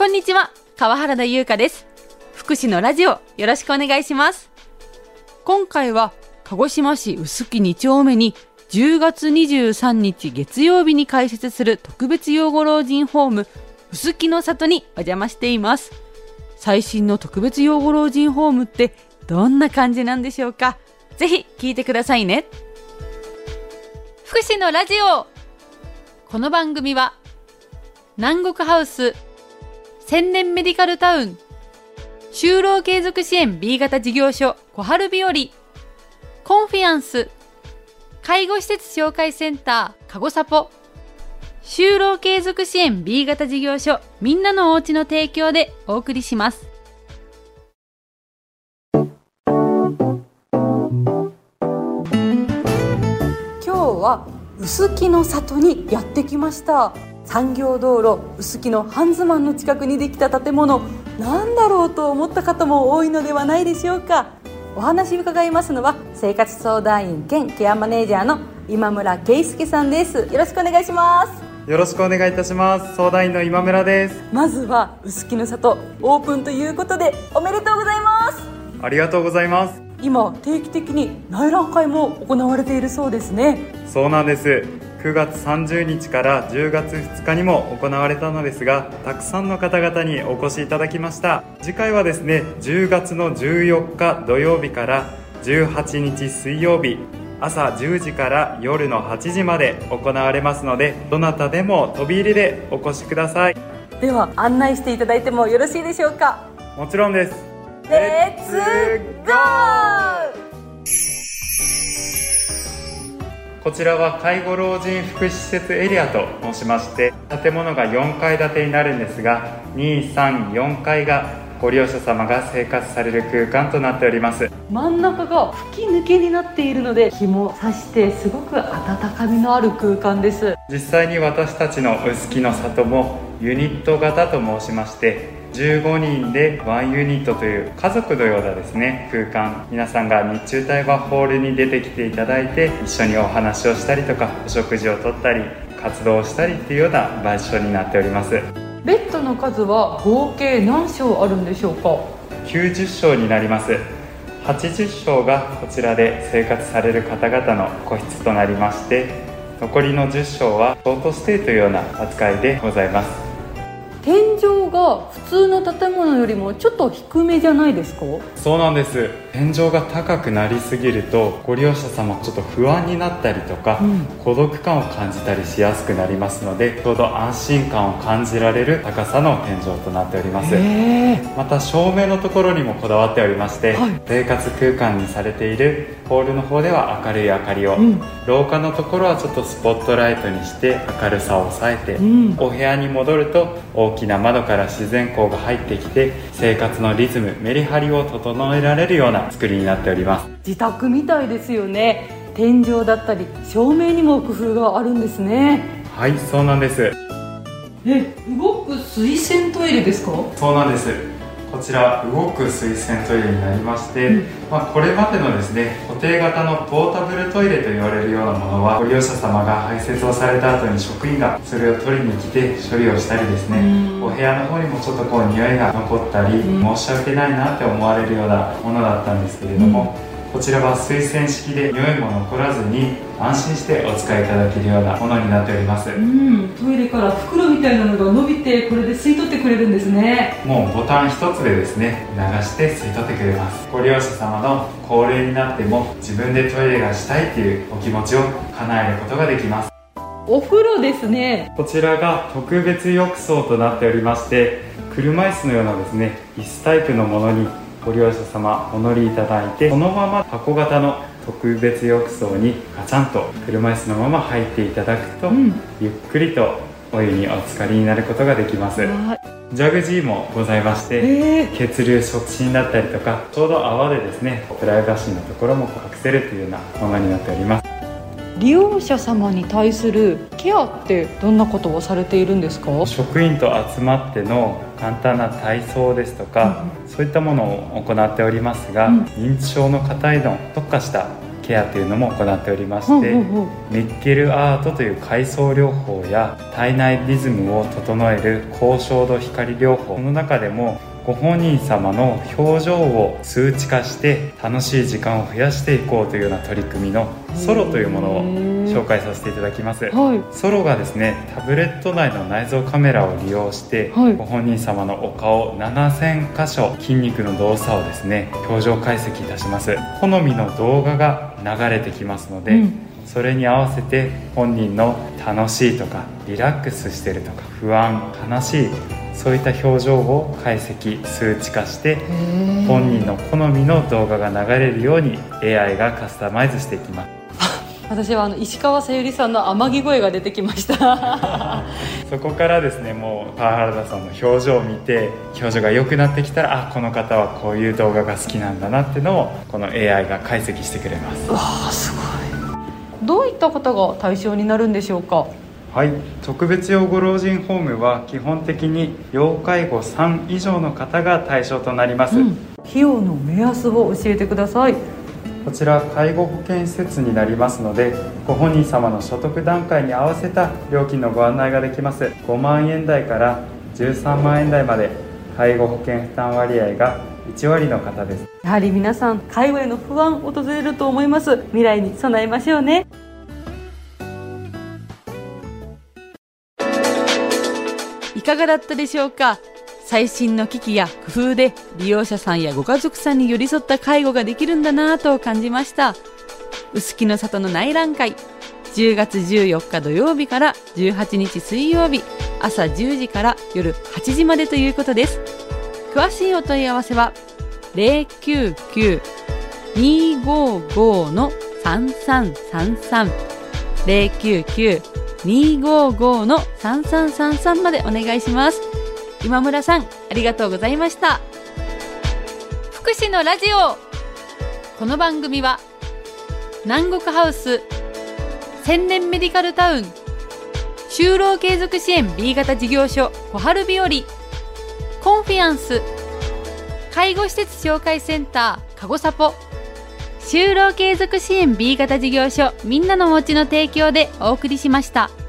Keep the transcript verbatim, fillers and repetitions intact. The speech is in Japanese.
んにちは、川原田優香です。福祉のラジオよろしくお願いします。今回は鹿児島市臼杵に丁目にじゅうがつにじゅうさんにち月曜日に開設する特別養護老人ホーム臼杵の里にお邪魔しています。最新の特別養護老人ホームってどんな感じなんでしょうか。ぜひ聞いてくださいね。福祉のラジオ。この番組は南国ハウス、千年メディカルタウン、就労継続支援 B 型事業所小春日和、コンフィアンス、介護施設紹介センターかごさぽ、就労継続支援 B 型事業所みんなのおうちの提供でお送りします。今日は臼杵の里にやってきました。産業道路臼杵の半ズマンの近くにできた建物、なんだろうと思った方も多いのではないでしょうか。お話伺いますのは生活相談員兼ケアマネージャーの今村圭介さんです。よろしくお願いします。 よろしくお願いいたします。相談員の今村です。 まずは臼杵の里オープンということでおめでとうございます。 ありがとうございます。 今定期的に内覧会も行われているそうですね。 そうなんです。くがつさんじゅうにちからじゅうがつふつかにも行われたのですが、たくさんの方々にお越しいただきました。次回はですね、じゅうがつのじゅうよっか土曜日からじゅうはちにち水曜日、朝じゅうじから夜のはちじまで行われますので、どなたでも飛び入りでお越しください。 では案内していただいてもよろしいでしょうか。 もちろんです。 レッツゴー。 こちらは介護老人福祉施設エリアと申しまして、建物がよんかい建てになるんですが、に、さん、よんかいがご利用者様が生活される空間となっております。 真ん中が吹き抜けになっているので、日も差してすごく温かみのある空間です。 実際に私たちの臼杵の里もユニット型と申しまして、じゅうごにんでワンユニットという家族のようなですね空間、皆さんが日中帯はホールに出てきていただいて、一緒にお話をしたりとかお食事をとったり活動をしたりっていうような場所になっております。 ベッドの数は合計何床あるんでしょうか。 きゅうじゅっしょうになります。はちじゅっしょうがこちらで生活される方々の個室となりまして、残りのじゅっしょうはショートステイというような扱いでございます。 天井が普通の建物よりもちょっと低めじゃないですか。 そうなんです。天井が高くなりすぎるとご利用者様ちょっと不安になったりとか、うん、孤独感を感じたりしやすくなりますので、ちょうど安心感を感じられる高さの天井となっております。また照明のところにもこだわっておりまして、はい、生活空間にされているホールの方では明るい明かりを、うん、廊下のところはちょっとスポットライトにして明るさを抑えて、うん、お部屋に戻ると大きな窓から自然光が入ってきて、生活のリズムメリハリを整えられるような作りになっております。 自宅みたいですよね。天井だったり照明にも工夫があるんですね。 はい、そうなんです。 え、動く水洗トイレですか。 そうなんです。こちら動く水洗トイレになりまして、うん、まあ、これまでのですね固定型のポータブルトイレと言われるようなものは、ご利用者様が排泄をされた後に職員がそれを取りに来て処理をしたりですね、うん、お部屋の方にもちょっとこう匂いが残ったり、うん、申し訳ないなって思われるようなものだったんですけれども、うん、こちらは水洗式で匂いも残らずに安心してお使いいただけるようなものになっております。うん、 トイレから袋みたいなのが伸びて、これで吸い取ってくれるんですね。 もうボタン一つでですね流して吸い取ってくれます。ご利用者様の高齢になっても自分でトイレがしたいっていうお気持ちを叶えることができます。 お風呂ですね。 こちらが特別浴槽となっておりまして、車椅子のようなですね椅子タイプのものにご利用者様お乗りいただいて、そのまま箱型の特別浴槽にガチャンと車椅子のまま入っていただくと、うん、ゆっくりとお湯にお浸かりになることができます。ジャグジーもございまして、えー、血流促進だったりとか、ちょうど泡でですねプライバシーのところも隠せるというようなものになっております。 利用者様に対するケアってどんなことをされているんですか。 職員と集まっての簡単な体操ですとか、うん、そういったものを行っておりますが、うん、認知症の方への特化したケアというのも行っておりまして、 ほうほうほう。 ミッケルアートという海藻療法や体内リズムを整える高照度光療法、この中でもご本人様の表情を数値化して楽しい時間を増やしていこうというような取り組みのソロというものを紹介させていただきます。 はい、 ソロがですね、タブレット内の内蔵カメラを利用して、はい、ご本人様のお顔ななせんかしょ筋肉の動作をですね表情解析いたします。好みの動画が流れてきますので、うん、それに合わせて本人の楽しいとかリラックスしてるとか不安、悲しい、そういった表情を解析数値化して本人の好みの動画が流れるように エーアイ がカスタマイズしていきます。 私はあの石川さゆりさんの天城声が出てきましたそこからですね、もう川原田さんの表情を見て表情が良くなってきたら、あ、この方はこういう動画が好きなんだなっていうのをこの エーアイ が解析してくれます。 わあ、すごい。どういった方が対象になるんでしょうか？ はい、特別養護老人ホームは基本的に要介護さん以上の方が対象となります、うん、 費用の目安を教えてください。 こちら介護保険施設になりますので、ご本人様の所得段階に合わせた料金のご案内ができます。ごまんえん台からじゅうさんまんえん台まで介護保険負担割合がいちわりの方です。 やはり皆さん介護への不安訪れると思います。未来に備えましょうね。いかがだったでしょうか？最新の機器や工夫で利用者さんやご家族さんに寄り添った介護ができるんだなぁと感じました。臼杵の里の内覧会、じゅうがつじゅうよっか土曜日からじゅうはちにち水曜日、朝じゅうじから夜はちじまでということです。詳しいお問い合わせは ゼロきゅうきゅう にーごーごー のさんさんさんさん ゼロきゅうきゅう にーごーごー のさんさんさんさんまでお願いします。今村さん、ありがとうございました。福祉のラジオ。この番組は南国ハウス、千年メディカルタウン、就労継続支援 ビー 型事業所小春日和、コンフィアンス、介護施設紹介センターかごさぽ、就労継続支援 ビー 型事業所みんなのおうちの提供でお送りしました。